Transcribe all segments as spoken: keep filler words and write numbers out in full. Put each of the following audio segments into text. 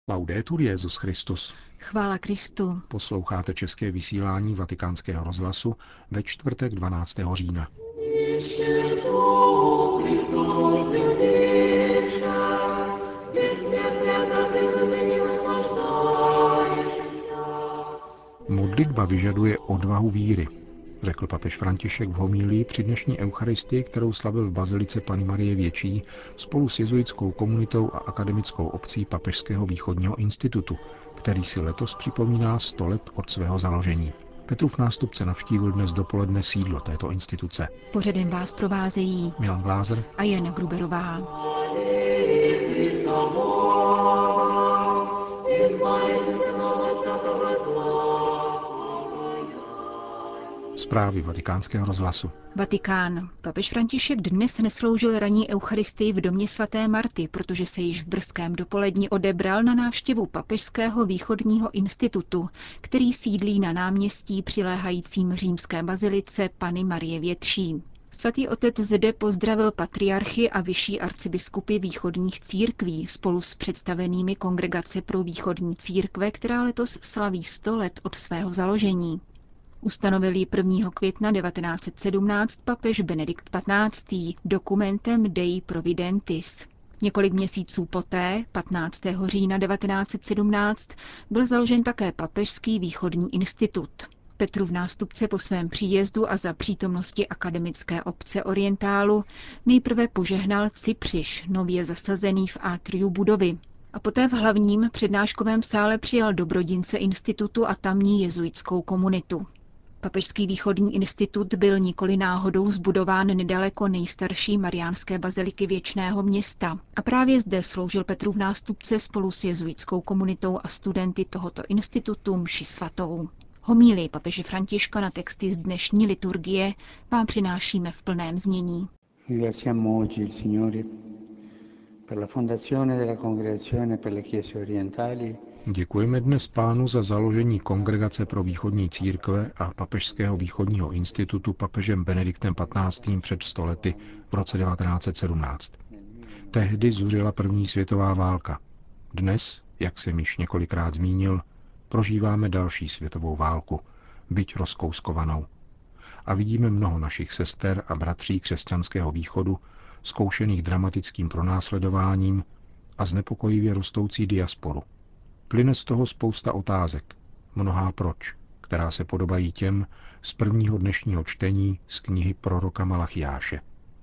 Laudetur Jesus Christus. Chvála Kristu. Posloucháte české vysílání Vatikánského rozhlasu ve čtvrtek dvanáctého října. Modlitba vyžaduje odvahu víry, řekl papež František v homílii při dnešní eucharistii, kterou slavil v bazilice Panny Marie Větší spolu s jezuitskou komunitou a akademickou obcí Papežského východního institutu, který si letos připomíná sto let od svého založení. Petrův nástupce navštívil dnes dopoledne sídlo této instituce. Pořadem vás provázejí Milan Glázer a Jana Gruberová. Zprávy Vatikánského rozhlasu. Vatikán. Papež František dnes nesloužil ranní eucharistii v domě svaté Marty, protože se již v brzkém dopoledni odebral na návštěvu Papežského východního institutu, který sídlí na náměstí přiléhajícím římské bazilice Panny Marie Větší. Svatý otec zde pozdravil patriarchy a vyšší arcibiskupy východních církví spolu s představenými Kongregace pro východní církve, která letos slaví sto let od svého založení. Ustanovil ji prvního května devatenáct set sedmnáct papež Benedikt patnáctý dokumentem Dei Providentis. Několik měsíců poté, patnáctého října devatenáct set sedmnáct, byl založen také Papežský východní institut. Petrův nástupce po svém příjezdu a za přítomnosti akademické obce Orientálu nejprve požehnal cipřiš, nově zasazený v atriu budovy, a poté v hlavním přednáškovém sále přijal dobrodince institutu a tamní jezuitskou komunitu. Papežský východní institut byl nikoli náhodou zbudován nedaleko nejstarší mariánské baziliky Věčného Města a právě zde sloužil Petrův nástupce spolu s jezuitskou komunitou a studenty tohoto institutu mši svatou. Homílii papeže Františka na texty z dnešní liturgie vám přinášíme v plném znění. Ringraziamo oggi il Signore per la fondazione della Congregazione per le Chiese Orientali. Děkujeme dnes Pánu za založení Kongregace pro východní církve a Papežského východního institutu papežem Benediktem patnáctým před sto lety v roce devatenáct set sedmnáct. Tehdy zuřila první světová válka. Dnes, jak jsem již několikrát zmínil, prožíváme další světovou válku, byť rozkouskovanou. A vidíme mnoho našich sester a bratří křesťanského východu, zkoušených dramatickým pronásledováním a znepokojivě rostoucí diasporu. Plyne z toho spousta otázek, mnohá proč, která se podobají těm z prvního dnešního čtení z knihy proroka Malachiáše.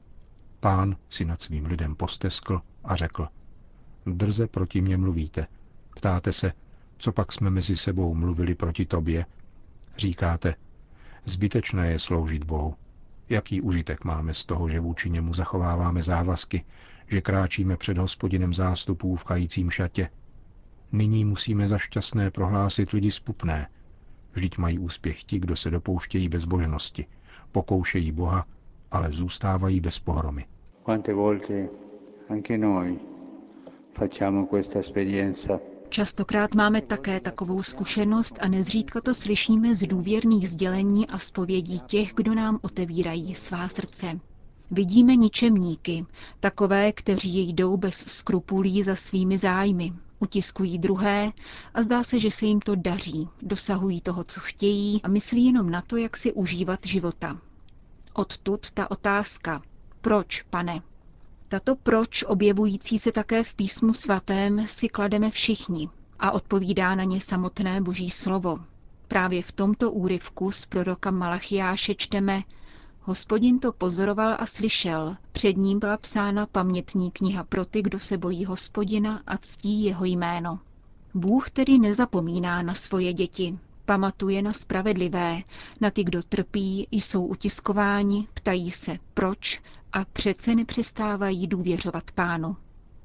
Pán si nad svým lidem posteskl a řekl: Drze proti mně mluvíte. Ptáte se, co pak jsme mezi sebou mluvili proti tobě? Říkáte, zbytečné je sloužit Bohu. Jaký užitek máme z toho, že vůči němu zachováváme závazky, že kráčíme před Hospodinem zástupů v kajícím šatě? Nyní musíme za šťastné prohlásit lidi zpupné. Vždyť mají úspěch ti, kdo se dopouštějí bezbožnosti, pokoušejí Boha, ale zůstávají bez pohromy. Quante volte anche noi facciamo questa esperienza. Častokrát máme také takovou zkušenost a nezřídka to slyšíme z důvěrných sdělení a zpovědí těch, kdo nám otevírají svá srdce. Vidíme ničemníky, takové, kteří jdou bez skrupulí za svými zájmy, utiskují druhé a zdá se, že se jim to daří, dosahují toho, co chtějí a myslí jenom na to, jak si užívat života. Odtud ta otázka, proč, Pane? Tato proč, objevující se také v písmu svatém, si klademe všichni a odpovídá na ně samotné Boží slovo. Právě v tomto úryvku z proroka Malachiáše čteme: Hospodin to pozoroval a slyšel, před ním byla psána pamětní kniha pro ty, kdo se bojí Hospodina a ctí jeho jméno. Bůh tedy nezapomíná na svoje děti, pamatuje na spravedlivé, na ty, kdo trpí, jsou utiskováni, ptají se proč a přece nepřestávají důvěřovat Pánu.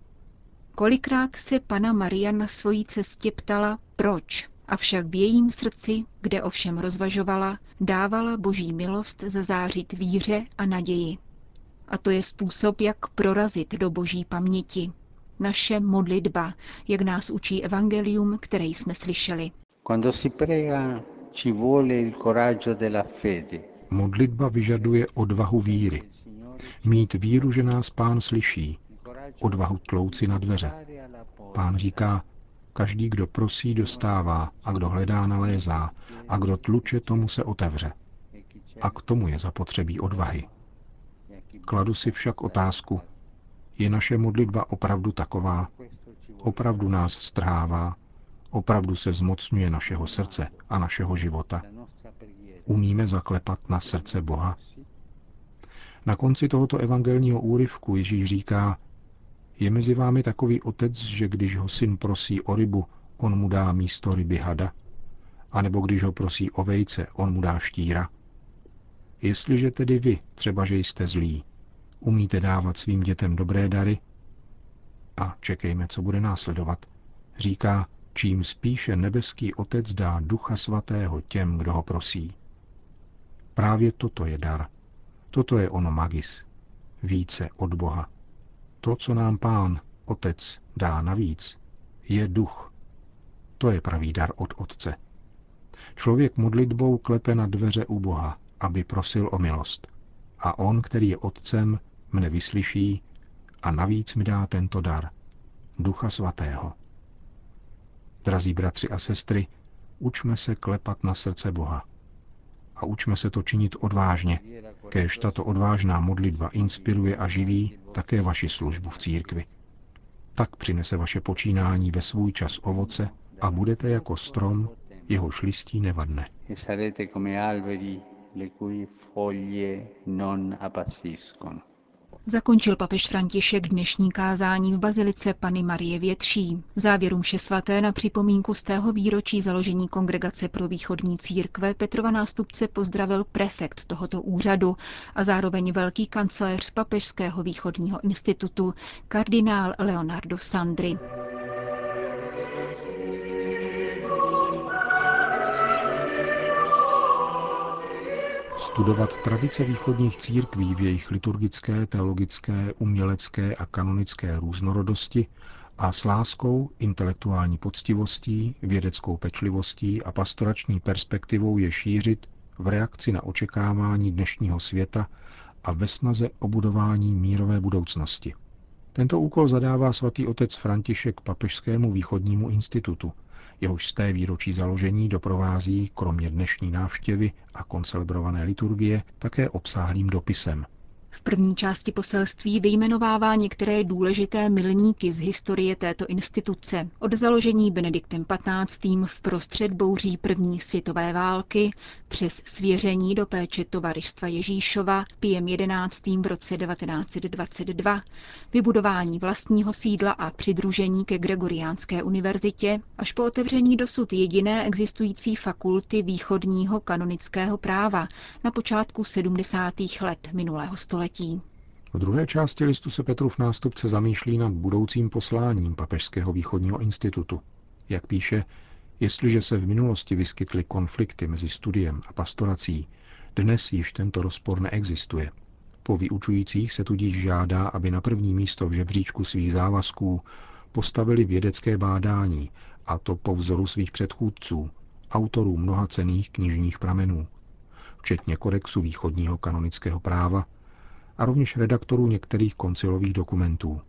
Kolikrát se Panna Maria na svojí cestě ptala proč, avšak v jejím srdci, kde ovšem rozvažovala, dávala Boží milost zazářit víře a naději. A to je způsob, jak prorazit do Boží paměti. Naše modlitba, jak nás učí evangelium, které jsme slyšeli. Quando si prega ci vuole il coraggio della fede. Modlitba vyžaduje odvahu víry. Mít víru, že nás Pán slyší. Odvahu tlouci na dveře. Pán říká, Každý, kdo prosí, dostává, a kdo hledá, nalézá, a kdo tluče, tomu se otevře. A k tomu je zapotřebí odvahy. Kladu si však otázku, je naše modlitba opravdu taková? Opravdu nás vstrhává? Opravdu se zmocňuje našeho srdce a našeho života? Umíme zaklepat na srdce Boha? Na konci tohoto evangelního úryvku Ježíš říká, je mezi vámi takový otec, že když ho syn prosí o rybu, on mu dá místo ryby hada? A nebo když ho prosí o vejce, on mu dá štíra? Jestliže tedy vy, třeba že jste zlí, umíte dávat svým dětem dobré dary, a čekejme, co bude následovat, říká, čím spíše nebeský Otec dá Ducha Svatého těm, kdo ho prosí. Právě toto je dar. Toto je ono magis. Více od Boha. To, co nám Pán, Otec, dá navíc, je duch. To je pravý dar od Otce. Člověk modlitbou klepe na dveře u Boha, aby prosil o milost. A on, který je Otcem, mne vyslyší a navíc mi dá tento dar, Ducha Svatého. Drazí bratři a sestry, učme se klepat na srdce Boha. A učme se to činit odvážně, kéž tato odvážná modlitba inspiruje a živí také vaši službu v církvi. Tak přinese vaše počínání ve svůj čas ovoce a budete jako strom, jehož listí nevadne. Zakončil papež František dnešní kázání v bazilice Panny Marie Větší. V závěru mše svaté na připomínku z tého výročí založení Kongregace pro východní církve Petrova nástupce pozdravil prefekt tohoto úřadu a zároveň velký kancléř Papežského východního institutu kardinál Leonardo Sandri. Studovat tradice východních církví v jejich liturgické, teologické, umělecké a kanonické různorodosti a s láskou, intelektuální poctivostí, vědeckou pečlivostí a pastorační perspektivou je šířit v reakci na očekávání dnešního světa a ve snaze o budování mírové budoucnosti. Tento úkol zadává svatý otec František Papežskému východnímu institutu, jehož z té výročí založení doprovází, kromě dnešní návštěvy a koncelebrované liturgie, také obsáhlým dopisem. V první části poselství vyjmenovává některé důležité milníky z historie této instituce. Od založení Benediktem patnáctým v prostřed bouří první světové války, přes svěření do péče Tovaristva Ježíšova Piem jedenáctým v roce devatenáct set dvacet dva, vybudování vlastního sídla a přidružení ke Gregoriánské univerzitě, až po otevření dosud jediné existující fakulty východního kanonického práva na počátku sedmdesátých let minulého století. V druhé části listu se Petrův nástupce zamýšlí nad budoucím posláním Papežského východního institutu. Jak píše, jestliže se v minulosti vyskytly konflikty mezi studiem a pastorací, dnes již tento rozpor neexistuje. Po vyučujících se tudíž žádá, aby na první místo v žebříčku svých závazků postavili vědecké bádání, a to po vzoru svých předchůdců, autorů mnoha cenných knižních pramenů, včetně kodexu východního kanonického práva, a rovněž redaktorů některých koncilových dokumentů.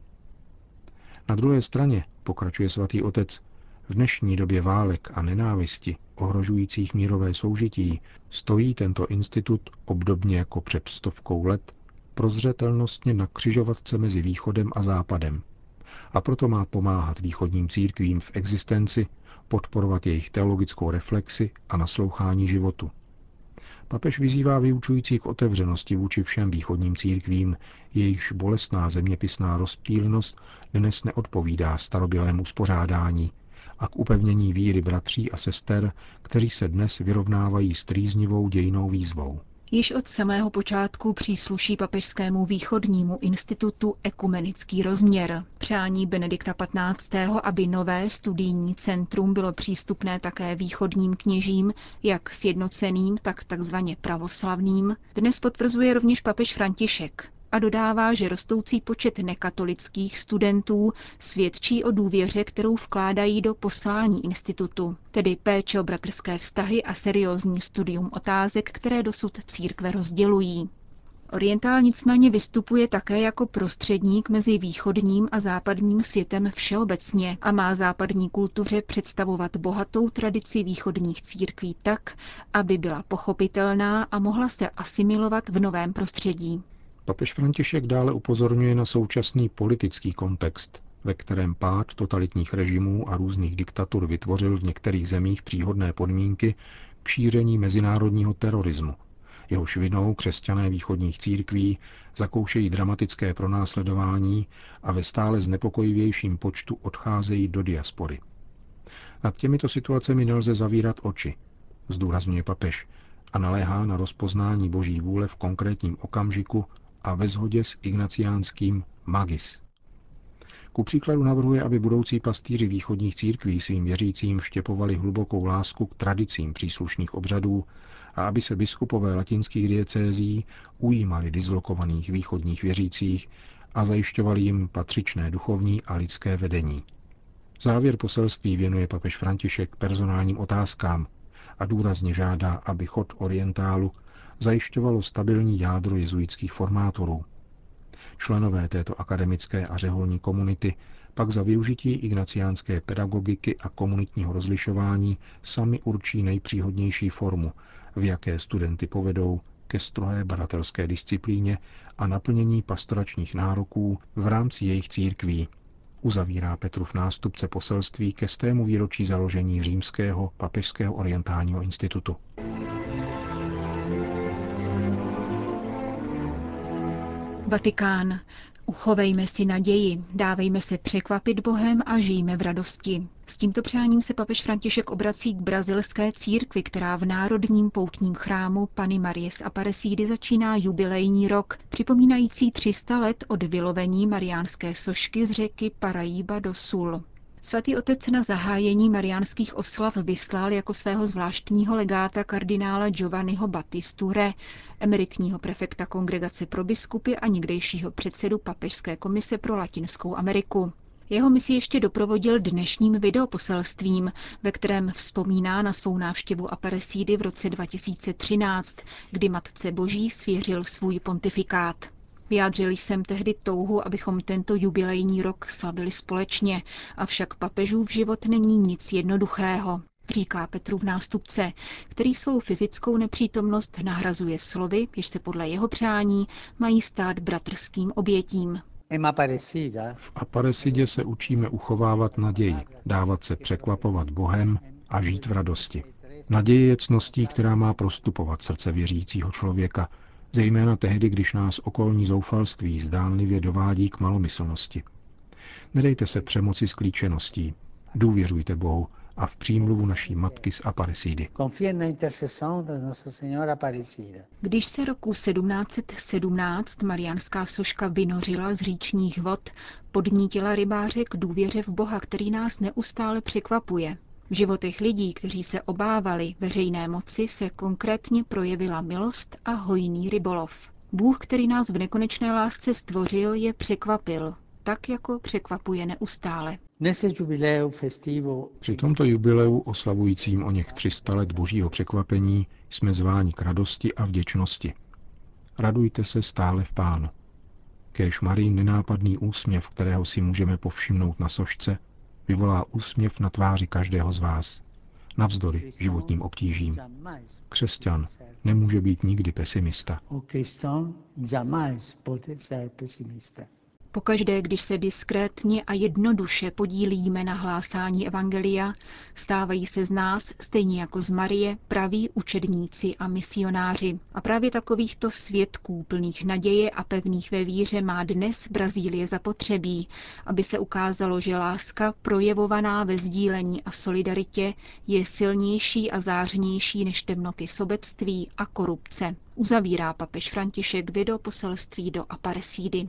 Na druhé straně, pokračuje svatý otec, v dnešní době válek a nenávisti, ohrožujících mírové soužití, stojí tento institut, obdobně jako před stovkou let, prozřetelnostně na křižovatce mezi východem a západem. A proto má pomáhat východním církvím v existenci, podporovat jejich teologickou reflexi a naslouchání životu. Papež vyzývá vyučující k otevřenosti vůči všem východním církvím, jejichž bolestná zeměpisná rozptýlenost dnes neodpovídá starobělému uspořádání, a k upevnění víry bratří a sester, kteří se dnes vyrovnávají s trýznivou dějinnou výzvou. Již od samého počátku přísluší Papežskému východnímu institutu ekumenický rozměr. Přání Benedikta patnáctého aby nové studijní centrum bylo přístupné také východním kněžím, jak sjednoceným, tak takzvaně pravoslavným, dnes potvrzuje rovněž papež František a dodává, že rostoucí počet nekatolických studentů svědčí o důvěře, kterou vkládají do poslání institutu, tedy péče o bratrské vztahy a seriózní studium otázek, které dosud církve rozdělují. Orientál nicméně vystupuje také jako prostředník mezi východním a západním světem všeobecně a má západní kultuře představovat bohatou tradici východních církví tak, aby byla pochopitelná a mohla se asimilovat v novém prostředí. Papež František dále upozorňuje na současný politický kontext, ve kterém pád totalitních režimů a různých diktatur vytvořil v některých zemích příhodné podmínky k šíření mezinárodního terorismu. Jehož vinou křesťané východních církví zakoušejí dramatické pronásledování a ve stále znepokojivějším počtu odcházejí do diaspory. Nad těmito situacemi nelze zavírat oči, zdůrazňuje papež a naléhá na rozpoznání boží vůle v konkrétním okamžiku a ve shodě s ignaciánským magis. Ku příkladu navrhuje, aby budoucí pastýři východních církví svým věřícím vštěpovali hlubokou lásku k tradicím příslušných obřadů a aby se biskupové latinských diecézí ujímali dislokovaných východních věřících a zajišťovali jim patřičné duchovní a lidské vedení. Závěr poselství věnuje papež František personálním otázkám a důrazně žádá, aby chod orientálu zajišťovalo stabilní jádro jezuitských formátorů. Členové této akademické a řeholní komunity pak za využití ignaciánské pedagogiky a komunitního rozlišování sami určí nejpříhodnější formu, v jaké studenty povedou ke strohé badatelské disciplíně a naplnění pastoračních nároků v rámci jejich církví, uzavírá Petrův nástupce poselství ke stému výročí založení Římského papežského orientálního institutu. Vatikán. Uchovejme si naději, dávejme se překvapit Bohem a žijme v radosti. S tímto přáním se papež František obrací k brazilské církvi, která v národním poutním chrámu Panny Marie z Aparecidy začíná jubilejní rok, připomínající tři sta let od vylovení mariánské sošky z řeky Paraíba do Sul. Svatý otec na zahájení mariánských oslav vyslal jako svého zvláštního legáta kardinála Giovanniho Battistu Re, emeritního prefekta Kongregace pro biskupy a někdejšího předsedu Papežské komise pro Latinskou Ameriku. Jeho misi ještě doprovodil dnešním videoposelstvím, ve kterém vzpomíná na svou návštěvu Aparecidy v roce dva tisíce třináct, kdy Matce Boží svěřil svůj pontifikát. Vyjádřil jsem tehdy touhu, abychom tento jubilejní rok slavili společně, avšak papežův život není nic jednoduchého, říká Petrův nástupce, který svou fyzickou nepřítomnost nahrazuje slovy, jež se podle jeho přání mají stát bratrským obětím. V Aparecidě se učíme uchovávat naději, dávat se překvapovat Bohem a žít v radosti. Naděje je cností, která má prostupovat srdce věřícího člověka, zejména tehdy, když nás okolní zoufalství zdánlivě dovádí k malomyslnosti. Nedejte se přemoci sklíčeností, důvěřujte Bohu a v přímluvu naší matky z Aparecidy. Když se roku sedmnáct set sedmnáct mariánská soška vynořila z říčních vod, podnítila rybáře k důvěře v Boha, který nás neustále překvapuje. V životech lidí, kteří se obávali veřejné moci, se konkrétně projevila milost a hojný rybolov. Bůh, který nás v nekonečné lásce stvořil, je překvapil, tak jako překvapuje neustále. Při tomto jubileu oslavujícím o něch tři sta let božího překvapení jsme zváni k radosti a vděčnosti. Radujte se stále v Pánu. Kéž Marii nenápadný úsměv, kterého si můžeme povšimnout na sošce, vyvolá úsměv na tváři každého z vás, navzdory životním obtížím. Křesťan nemůže být nikdy pesimista. Pokaždé, když se diskrétně a jednoduše podílíme na hlásání evangelia, stávají se z nás, stejně jako z Marie, praví učedníci a misionáři. A právě takovýchto svědků plných naděje a pevných ve víře má dnes Brazílie zapotřebí, aby se ukázalo, že láska projevovaná ve sdílení a solidaritě je silnější a zářnější než temnoty sobectví a korupce. Uzavírá papež František videoposelství do Aparecidy.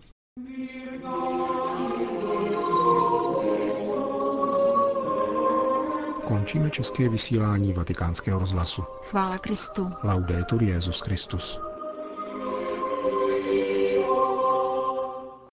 Končíme české vysílání Vatikánského rozhlasu. Chvála Kristu. Laudetur Jesus Christus.